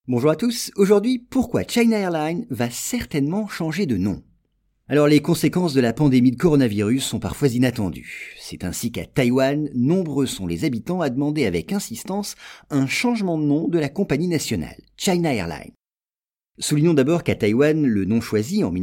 Bonjour à tous, aujourd'hui, pourquoi China Airlines va certainement changer de nom? Alors les conséquences de la pandémie de coronavirus sont parfois inattendues. C'est ainsi qu'à Taïwan, nombreux sont les habitants à demander avec insistance un changement de nom de la compagnie nationale, China Airlines. Soulignons d'abord qu'à Taïwan, le nom choisi en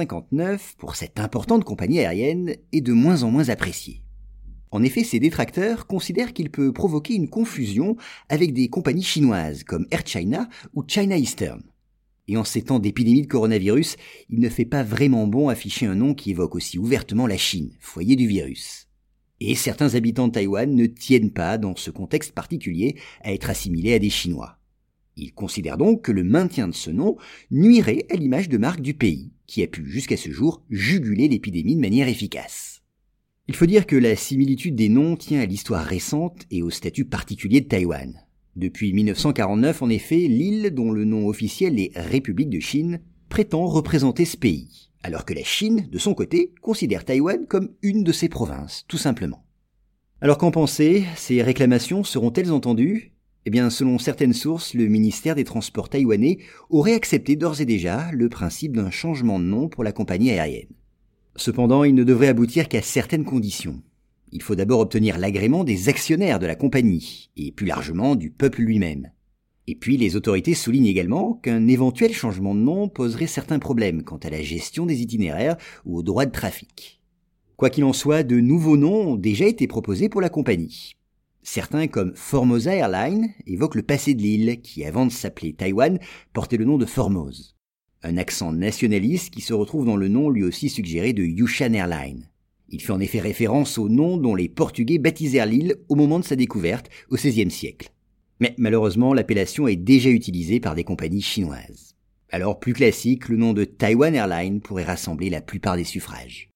1959 pour cette importante compagnie aérienne est de moins en moins apprécié. En effet, ses détracteurs considèrent qu'il peut provoquer une confusion avec des compagnies chinoises comme Air China ou China Eastern. Et en ces temps d'épidémie de coronavirus, il ne fait pas vraiment bon afficher un nom qui évoque aussi ouvertement la Chine, foyer du virus. Et certains habitants de Taïwan ne tiennent pas, dans ce contexte particulier, à être assimilés à des Chinois. Ils considèrent donc que le maintien de ce nom nuirait à l'image de marque du pays, qui a pu jusqu'à ce jour juguler l'épidémie de manière efficace. Il faut dire que la similitude des noms tient à l'histoire récente et au statut particulier de Taïwan. Depuis 1949, en effet, l'île, dont le nom officiel est République de Chine, prétend représenter ce pays, alors que la Chine, de son côté, considère Taïwan comme une de ses provinces, tout simplement. Alors qu'en penser, ces réclamations seront-elles entendues? Eh bien, selon certaines sources, le ministère des Transports taïwanais aurait accepté d'ores et déjà le principe d'un changement de nom pour la compagnie aérienne. Cependant, il ne devrait aboutir qu'à certaines conditions. Il faut d'abord obtenir l'agrément des actionnaires de la compagnie, et plus largement du peuple lui-même. Et puis les autorités soulignent également qu'un éventuel changement de nom poserait certains problèmes quant à la gestion des itinéraires ou aux droits de trafic. Quoi qu'il en soit, de nouveaux noms ont déjà été proposés pour la compagnie. Certains, comme Formosa Airlines, évoquent le passé de l'île, qui avant de s'appeler Taïwan, portait le nom de Formose. Un accent nationaliste qui se retrouve dans le nom lui aussi suggéré de Yushan Airlines. Il fait en effet référence au nom dont les Portugais baptisèrent l'île au moment de sa découverte, au XVIe siècle. Mais malheureusement, l'appellation est déjà utilisée par des compagnies chinoises. Alors plus classique, le nom de Taiwan Airlines pourrait rassembler la plupart des suffrages.